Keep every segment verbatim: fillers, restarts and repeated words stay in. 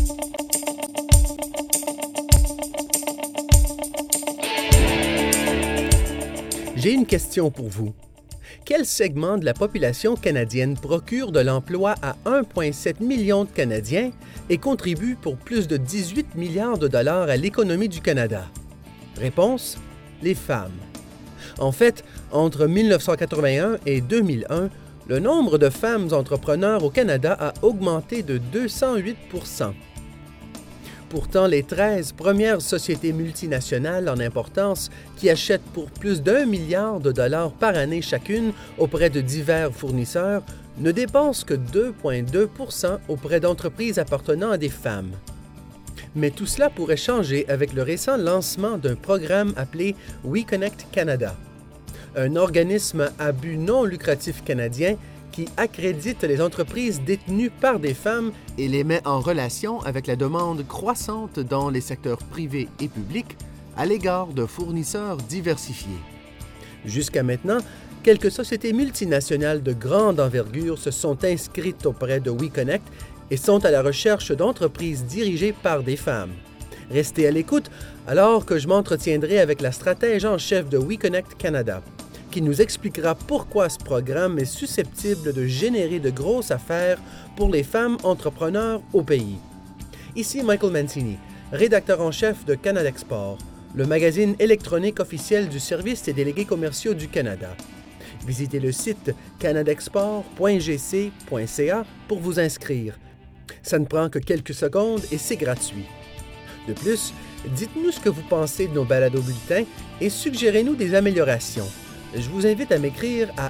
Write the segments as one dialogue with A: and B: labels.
A: J'ai une question pour vous. Quel segment de la population canadienne procure de l'emploi à un virgule sept million de Canadiens et contribue pour plus de dix-huit milliards de dollars à l'économie du Canada? Réponse: les femmes. En fait, entre mille neuf cent quatre-vingt-un et deux mille un, le nombre de femmes entrepreneurs au Canada a augmenté de deux cent huit pour cent. Pourtant, les treize premières sociétés multinationales en importance qui achètent pour plus d'un milliard de dollars par année chacune auprès de divers fournisseurs ne dépensent que deux virgule deux pour cent auprès d'entreprises appartenant à des femmes. Mais tout cela pourrait changer avec le récent lancement d'un programme appelé WeConnect Canada, un organisme à but non lucratif canadien qui accrédite les entreprises détenues par des femmes et les met en relation avec la demande croissante dans les secteurs privés et publics à l'égard de fournisseurs diversifiés. Jusqu'à maintenant, quelques sociétés multinationales de grande envergure se sont inscrites auprès de WeConnect et sont à la recherche d'entreprises dirigées par des femmes. Restez à l'écoute alors que je m'entretiendrai avec la stratège en chef de WeConnect Canada, qui nous expliquera pourquoi ce programme est susceptible de générer de grosses affaires pour les femmes entrepreneurs au pays. Ici Michael Mancini, rédacteur en chef de Canada Export, le magazine électronique officiel du Service des délégués commerciaux du Canada. Visitez le site canada export point g c point c a pour vous inscrire. Ça ne prend que quelques secondes et c'est gratuit. De plus, dites-nous ce que vous pensez de nos balados bulletins et suggérez-nous des améliorations. Je vous invite à m'écrire à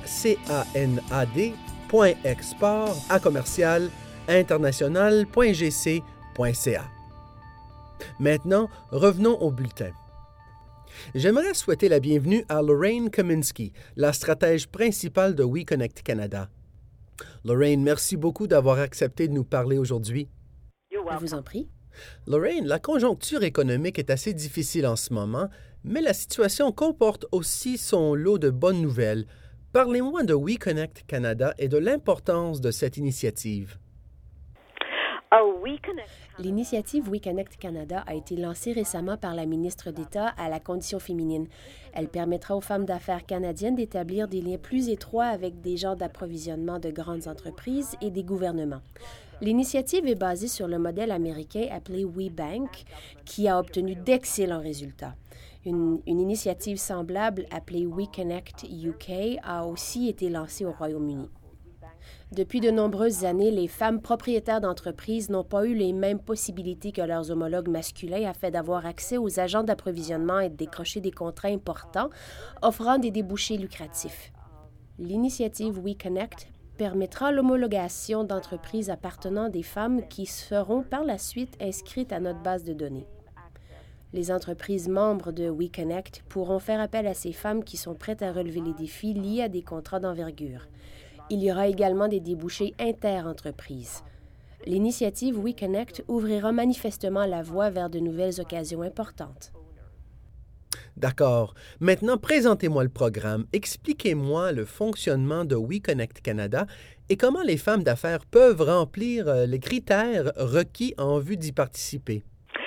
A: canad point export à commercial international point g c point c a. Maintenant, revenons au bulletin. J'aimerais souhaiter la bienvenue à Lorraine Kaminski, la stratège principale de WeConnect Canada. Lorraine, merci beaucoup d'avoir accepté de nous parler aujourd'hui.
B: Je vous en prie.
A: Lorraine, la conjoncture économique est assez difficile en ce moment, mais la situation comporte aussi son lot de bonnes nouvelles. Parlez-moi de WeConnect Canada et de l'importance de cette initiative.
B: L'initiative WeConnect Canada a été lancée récemment par la ministre d'État à la condition féminine. Elle permettra aux femmes d'affaires canadiennes d'établir des liens plus étroits avec des genres d'approvisionnement de grandes entreprises et des gouvernements. L'initiative est basée sur le modèle américain appelé WeBank, qui a obtenu d'excellents résultats. Une, une initiative semblable appelée WeConnect U K a aussi été lancée au Royaume-Uni. Depuis de nombreuses années, les femmes propriétaires d'entreprises n'ont pas eu les mêmes possibilités que leurs homologues masculins afin d'avoir accès aux agents d'approvisionnement et de décrocher des contrats importants, offrant des débouchés lucratifs. L'initiative WeConnect permettra l'homologation d'entreprises appartenant à des femmes qui seront par la suite inscrites à notre base de données. Les entreprises membres de WeConnect pourront faire appel à ces femmes qui sont prêtes à relever les défis liés à des contrats d'envergure. Il y aura également des débouchés inter-entreprises. L'initiative WeConnect ouvrira manifestement la voie vers de nouvelles occasions importantes.
A: D'accord. Maintenant, présentez-moi le programme. Expliquez-moi le fonctionnement de WeConnect Canada et comment les femmes d'affaires peuvent remplir les critères requis en vue d'y participer.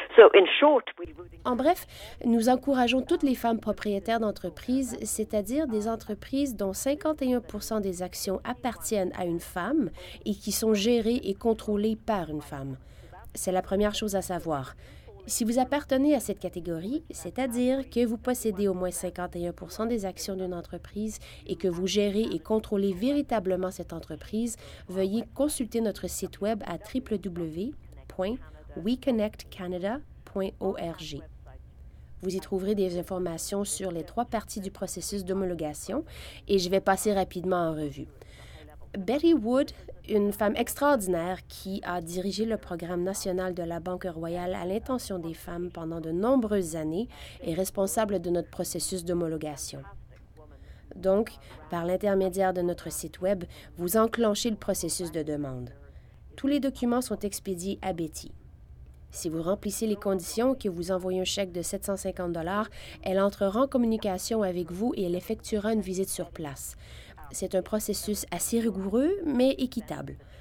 B: En bref, nous encourageons toutes les femmes propriétaires d'entreprises, c'est-à-dire des entreprises dont cinquante et un pour cent des actions appartiennent à une femme et qui sont gérées et contrôlées par une femme. C'est la première chose à savoir. Si vous appartenez à cette catégorie, c'est-à-dire que vous possédez au moins cinquante et un pour cent des actions d'une entreprise et que vous gérez et contrôlez véritablement cette entreprise, veuillez consulter notre site web à w w w point we connect canada point org. Vous y trouverez des informations sur les trois parties du processus d'homologation et je vais passer rapidement en revue. Betty Wood, une femme extraordinaire qui a dirigé le programme national de la Banque royale à l'intention des femmes pendant de nombreuses années, est responsable de notre processus d'homologation. Donc, par l'intermédiaire de notre site Web, vous enclenchez le processus de demande. Tous les documents sont expédiés à Betty. Si vous remplissez les conditions et que vous envoyez un chèque de sept cent cinquante dollars, elle entrera en communication avec vous et elle effectuera une visite sur place. C'est un processus assez rigoureux, mais équitable.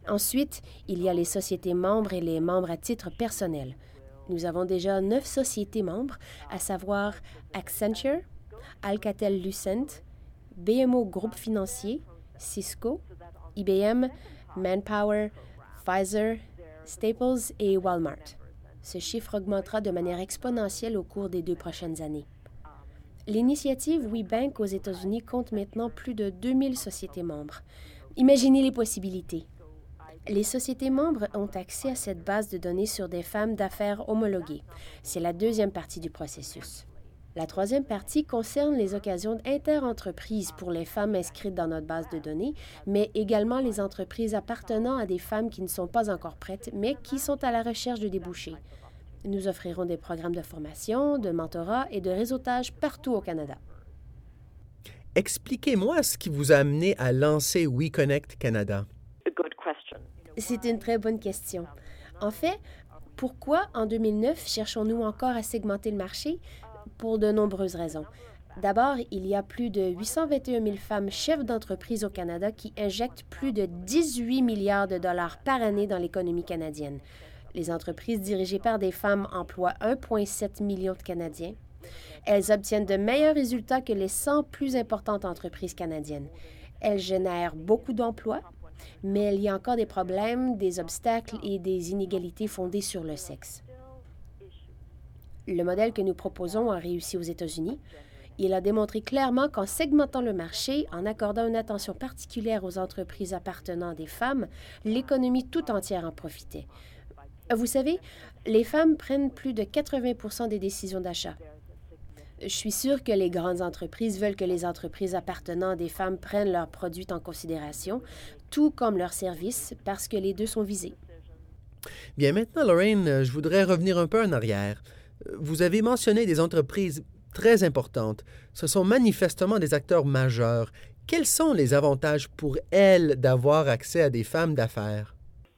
B: Ensuite, il y a les sociétés membres et les membres à titre personnel. Nous avons déjà neuf sociétés membres, à savoir Accenture, Alcatel-Lucent, B M O Groupe Financier, Cisco, I B M, Manpower, Pfizer, Staples et Walmart. Ce chiffre augmentera de manière exponentielle au cours des deux prochaines années. L'initiative WeBank aux États-Unis compte maintenant plus de deux mille sociétés membres. Imaginez les possibilités. Les sociétés membres ont accès à cette base de données sur des femmes d'affaires homologuées. C'est la deuxième partie du processus. La troisième partie concerne les occasions interentreprises pour les femmes inscrites dans notre base de données, mais également les entreprises appartenant à des femmes qui ne sont pas encore prêtes, mais qui sont à la recherche de débouchés. Nous offrirons des programmes de formation, de mentorat et de réseautage partout au Canada.
A: Expliquez-moi ce qui vous a amené à lancer WeConnect Canada.
B: C'est une très bonne question. En fait, pourquoi en deux mille neuf cherchons-nous encore à segmenter le marché? Pour de nombreuses raisons. D'abord, il y a plus de huit cent vingt et un mille femmes chefs d'entreprise au Canada qui injectent plus de dix-huit milliards de dollars par année dans l'économie canadienne. Les entreprises dirigées par des femmes emploient un virgule sept million de Canadiens. Elles obtiennent de meilleurs résultats que les cent plus importantes entreprises canadiennes. Elles génèrent beaucoup d'emplois, mais il y a encore des problèmes, des obstacles et des inégalités fondées sur le sexe. Le modèle que nous proposons a réussi aux États-Unis. Il a démontré clairement qu'en segmentant le marché, en accordant une attention particulière aux entreprises appartenant à des femmes, l'économie tout entière en profitait. Vous savez, les femmes prennent plus de quatre-vingts pour cent des décisions d'achat. Je suis sûre que les grandes entreprises veulent que les entreprises appartenant à des femmes prennent leurs produits en considération, tout comme leurs services, parce que les deux sont visés.
A: Bien, maintenant, Lorraine, je voudrais revenir un peu en arrière. Vous avez mentionné des entreprises très importantes. Ce sont manifestement des acteurs majeurs. Quels sont les avantages pour elles d'avoir accès à des femmes d'affaires?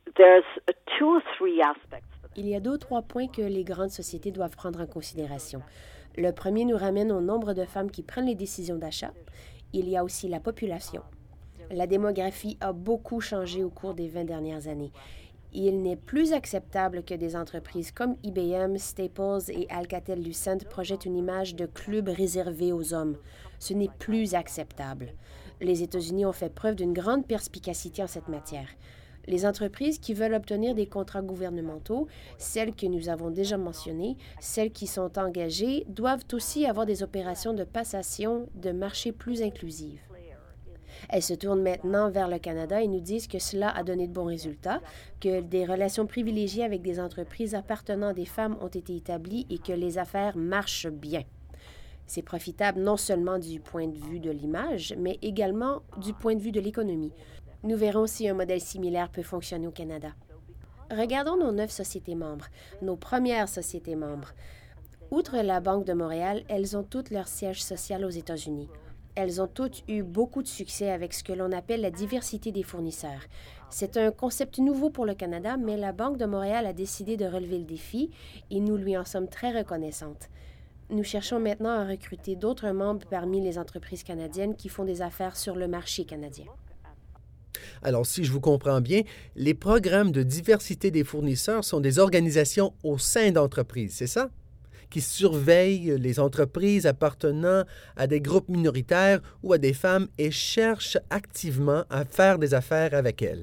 B: Il y a deux ou trois points que les grandes sociétés doivent prendre en considération. Le premier nous ramène au nombre de femmes qui prennent les décisions d'achat. Il y a aussi la population. La démographie a beaucoup changé au cours des vingt dernières années. Il n'est plus acceptable que des entreprises comme I B M, Staples et Alcatel-Lucent projettent une image de club réservé aux hommes. Ce n'est plus acceptable. Les États-Unis ont fait preuve d'une grande perspicacité en cette matière. Les entreprises qui veulent obtenir des contrats gouvernementaux, celles que nous avons déjà mentionnées, celles qui sont engagées, doivent aussi avoir des opérations de passation de marché plus inclusives. Elles se tournent maintenant vers le Canada et nous disent que cela a donné de bons résultats, que des relations privilégiées avec des entreprises appartenant à des femmes ont été établies et que les affaires marchent bien. C'est profitable non seulement du point de vue de l'image, mais également du point de vue de l'économie. Nous verrons si un modèle similaire peut fonctionner au Canada. Regardons nos neuf sociétés membres, nos premières sociétés membres. Outre la Banque de Montréal, elles ont toutes leur siège social aux États-Unis. Elles ont toutes eu beaucoup de succès avec ce que l'on appelle la diversité des fournisseurs. C'est un concept nouveau pour le Canada, mais la Banque de Montréal a décidé de relever le défi et nous lui en sommes très reconnaissantes. Nous cherchons maintenant à recruter d'autres membres parmi les entreprises canadiennes qui font des affaires sur le marché canadien.
A: Alors, si je vous comprends bien, les programmes de diversité des fournisseurs sont des organisations au sein d'entreprises, c'est ça? Qui surveillent les entreprises appartenant à des groupes minoritaires ou à des femmes et cherchent activement à faire des affaires avec elles.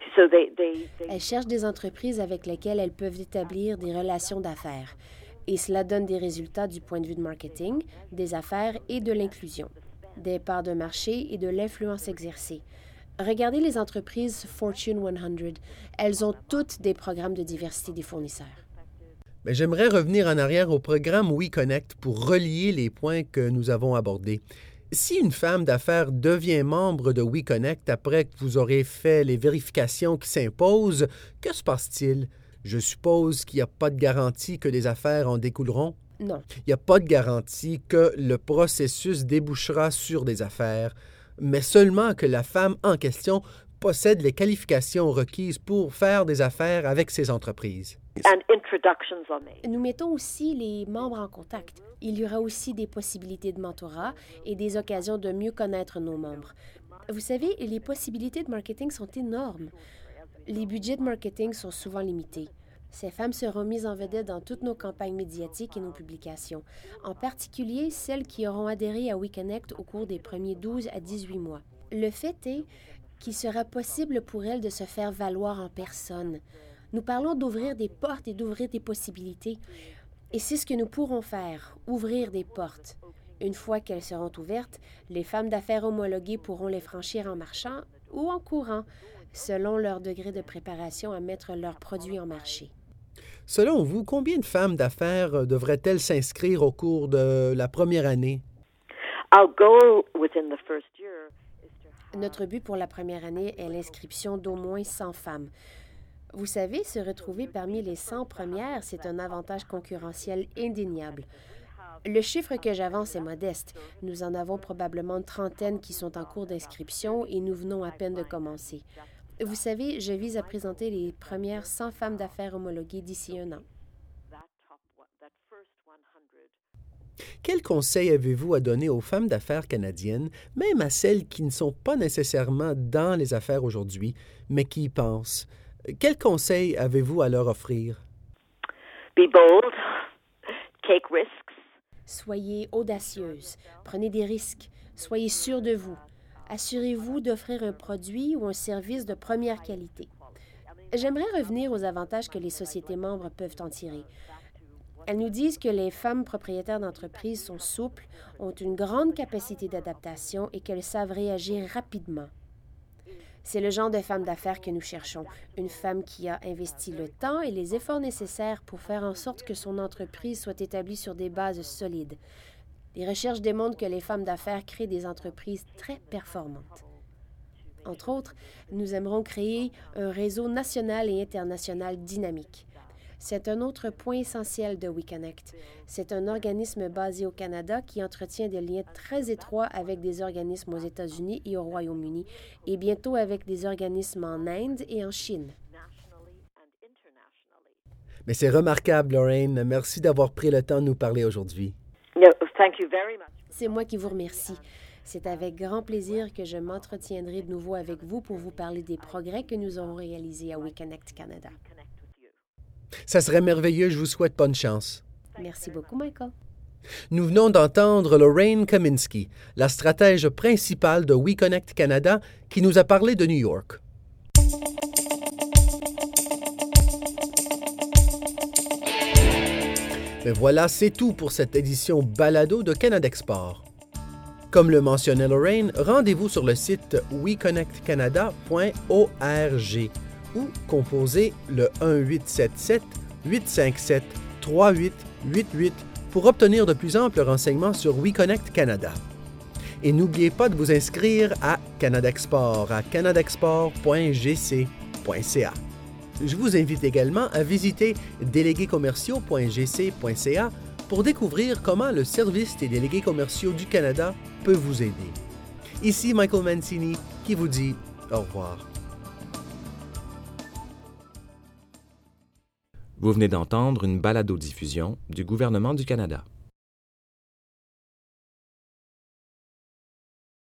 B: Elles cherchent des entreprises avec lesquelles elles peuvent établir des relations d'affaires. Et cela donne des résultats du point de vue de marketing, des affaires et de l'inclusion, des parts de marché et de l'influence exercée. Regardez les entreprises Fortune cent. Elles ont toutes des programmes de diversité des fournisseurs.
A: Mais j'aimerais revenir en arrière au programme WeConnect pour relier les points que nous avons abordés. Si une femme d'affaires devient membre de WeConnect après que vous aurez fait les vérifications qui s'imposent, que se passe-t-il? Je suppose qu'il n'y a pas de garantie que des affaires en découleront?
B: Non.
A: Il n'y a pas de garantie que le processus débouchera sur des affaires, mais seulement que la femme en question possède les qualifications requises pour faire des affaires avec ces entreprises.
B: Nous mettons aussi les membres en contact. Il y aura aussi des possibilités de mentorat et des occasions de mieux connaître nos membres. Vous savez, les possibilités de marketing sont énormes. Les budgets de marketing sont souvent limités. Ces femmes seront mises en vedette dans toutes nos campagnes médiatiques et nos publications, en particulier celles qui auront adhéré à WeConnect au cours des premiers douze à dix-huit mois. Le fait est qu'il sera possible pour elles de se faire valoir en personne. Nous parlons d'ouvrir des portes et d'ouvrir des possibilités. Et c'est ce que nous pourrons faire, ouvrir des portes. Une fois qu'elles seront ouvertes, les femmes d'affaires homologuées pourront les franchir en marchant ou en courant, selon leur degré de préparation à mettre leurs produits en marché.
A: Selon vous, combien de femmes d'affaires devraient-elles s'inscrire au cours de la première année?
B: Notre but pour la première année est l'inscription d'au moins cent femmes. Vous savez, se retrouver parmi les cent premières, c'est un avantage concurrentiel indéniable. Le chiffre que j'avance est modeste. Nous en avons probablement une trentaine qui sont en cours d'inscription et nous venons à peine de commencer. Vous savez, je vise à présenter les premières cent femmes d'affaires homologuées d'ici un an.
A: Quels conseils avez-vous à donner aux femmes d'affaires canadiennes, même à celles qui ne sont pas nécessairement dans les affaires aujourd'hui, mais qui y pensent? Quels conseils avez-vous à leur offrir?
C: Be bold. Take risks.
B: Soyez audacieuses. Prenez des risques. Soyez sûres de vous. Assurez-vous d'offrir un produit ou un service de première qualité. J'aimerais revenir aux avantages que les sociétés membres peuvent en tirer. Elles nous disent que les femmes propriétaires d'entreprises sont souples, ont une grande capacité d'adaptation et qu'elles savent réagir rapidement. C'est le genre de femme d'affaires que nous cherchons, une femme qui a investi le temps et les efforts nécessaires pour faire en sorte que son entreprise soit établie sur des bases solides. Les recherches démontrent que les femmes d'affaires créent des entreprises très performantes. Entre autres, nous aimerons créer un réseau national et international dynamique. C'est un autre point essentiel de WeConnect. C'est un organisme basé au Canada qui entretient des liens très étroits avec des organismes aux États-Unis et au Royaume-Uni, et bientôt avec des organismes en Inde et en Chine.
A: Mais c'est remarquable, Lorraine. Merci d'avoir pris le temps de nous parler aujourd'hui.
C: No, thank you very much.
B: C'est moi qui vous remercie. C'est avec grand plaisir que je m'entretiendrai de nouveau avec vous pour vous parler des progrès que nous aurons réalisés à WeConnect Canada.
A: Ça serait merveilleux, je vous souhaite bonne chance.
B: Merci beaucoup, Michael.
A: Nous venons d'entendre Lorraine Kaminski, la stratège principale de WeConnect Canada, qui nous a parlé de New York. Mais voilà, c'est tout pour cette édition balado de Canada Export. Comme le mentionnait Lorraine, rendez-vous sur le site we connect canada point org ou composez le un huit sept sept huit cinq sept trois huit huit huit pour obtenir de plus amples renseignements sur WeConnect Canada. Et n'oubliez pas de vous inscrire à Canada Export à canada export point g c point c a. Je vous invite également à visiter délégués commerciaux point g c point c a pour découvrir comment le Service des délégués commerciaux du Canada peut vous aider. Ici Michael Mancini qui vous dit au revoir.
D: Vous venez d'entendre une balado-diffusion du gouvernement du Canada.